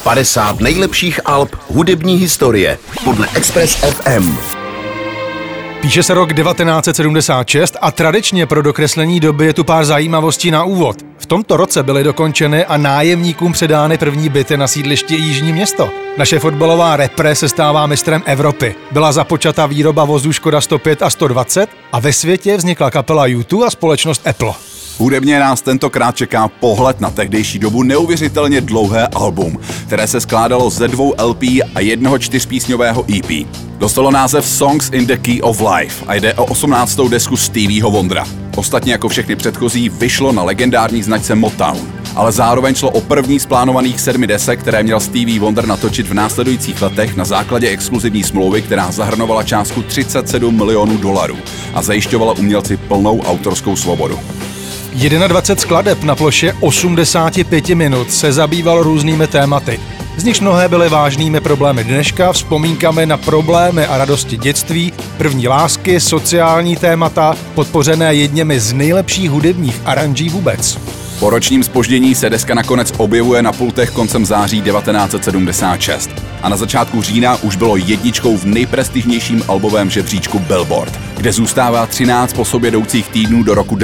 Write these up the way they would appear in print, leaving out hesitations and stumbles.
50 nejlepších alb hudební historie podle Express FM. Píše se rok 1976 a tradičně pro dokreslení doby je tu pár zajímavostí na úvod. V tomto roce byly dokončeny a nájemníkům předány první byty na sídlišti Jižní Město. Naše fotbalová repre se stává mistrem Evropy. Byla započata výroba vozů Škoda 105 a 120 a ve světě vznikla kapela U2 a společnost Apple. Hudebně nás tentokrát čeká pohled na tehdejší dobu neuvěřitelně dlouhé album, které se skládalo ze 2 LP a jednoho 4písňového EP. Dostalo název Songs in the Key of Life a jde o 18. desku Stevieho Wondera. Ostatně jako všechny předchozí vyšlo na legendární značce Motown, ale zároveň šlo o první z plánovaných 7 desek, které měl Stevie Wonder natočit v následujících letech na základě exkluzivní smlouvy, která zahrnovala částku $37 milionů a zajišťovala umělci plnou autorskou svobodu. 21 skladeb na ploše 85 minut se zabývalo různými tématy. Z nichž mnohé byly vážnými problémy dneška, vzpomínkami na problémy a radosti dětství, první lásky, sociální témata, podpořené jedněmi z nejlepších hudebních aranží vůbec. Po ročním zpoždění se deska nakonec objevuje na pultech koncem září 1976 a na začátku října už bylo jedničkou v nejprestižnějším albovém žebříčku Billboard, kde zůstává 13 po sobě jdoucích týdnů do roku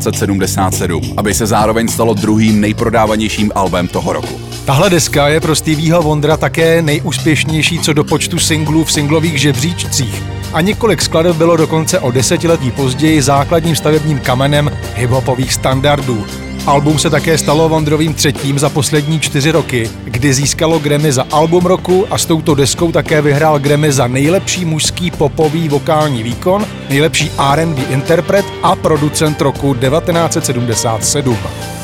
1977, aby se zároveň stalo druhým nejprodávanějším albem toho roku. Tahle deska je pro Stevieho Wondera také nejúspěšnější co do počtu singlů v singlových žebříčcích a několik skladeb bylo dokonce o 10 let později základním stavebním kamenem hiphopových standardů. Album se také stalo Wonderovým třetím za poslední 4 roky, kdy získalo Grammy za album roku a s touto deskou také vyhrál Grammy za nejlepší mužský popový vokální výkon, nejlepší R&B interpret a producent roku 1977.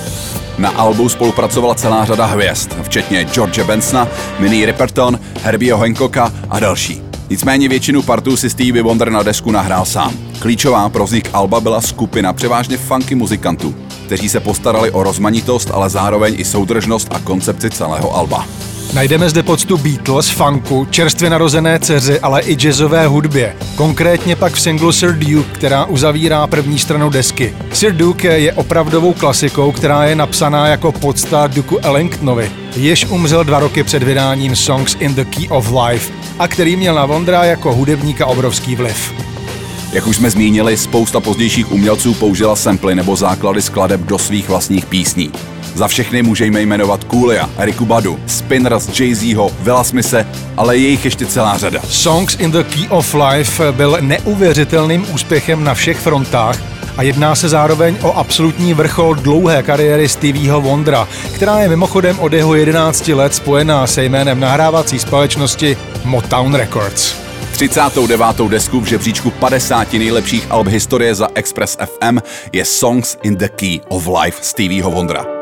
Na albu spolupracovala celá řada hvězd, včetně George Bensona, Minnie Riperton, Herbieho Hancocka a další. Nicméně většinu partů si Stevie Wonder na desku nahrál sám. Klíčová pro vznik alba byla skupina převážně funky muzikantů, kteří se postarali o rozmanitost, ale zároveň i soudržnost a koncepci celého alba. Najdeme zde poctu Beatles, funku, čerstvě narozené dceři, ale i jazzové hudbě. Konkrétně pak v singlu Sir Duke, která uzavírá první stranu desky. Sir Duke je opravdovou klasikou, která je napsaná jako podsta Duku Ellingtonovi, jež umřel 2 roky před vydáním Songs in the Key of Life a který měl na Wondera jako hudebníka obrovský vliv. Jak už jsme zmínili, spousta pozdějších umělců použila samply nebo základy skladeb do svých vlastních písní. Za všechny můžeme jmenovat Coolia, Eriku Badu, Spinners, Jay-Zho, Willa Smithe, ale je jich ještě celá řada. Songs in the Key of Life byl neuvěřitelným úspěchem na všech frontách a jedná se zároveň o absolutní vrchol dlouhé kariéry Stevieho Wondera, která je mimochodem od jeho 11 let spojená se jménem nahrávací společnosti Motown Records. 39. desku v žebříčku 50 nejlepších alb historie za Express FM je Songs in the Key of Life Stevieho Wondera.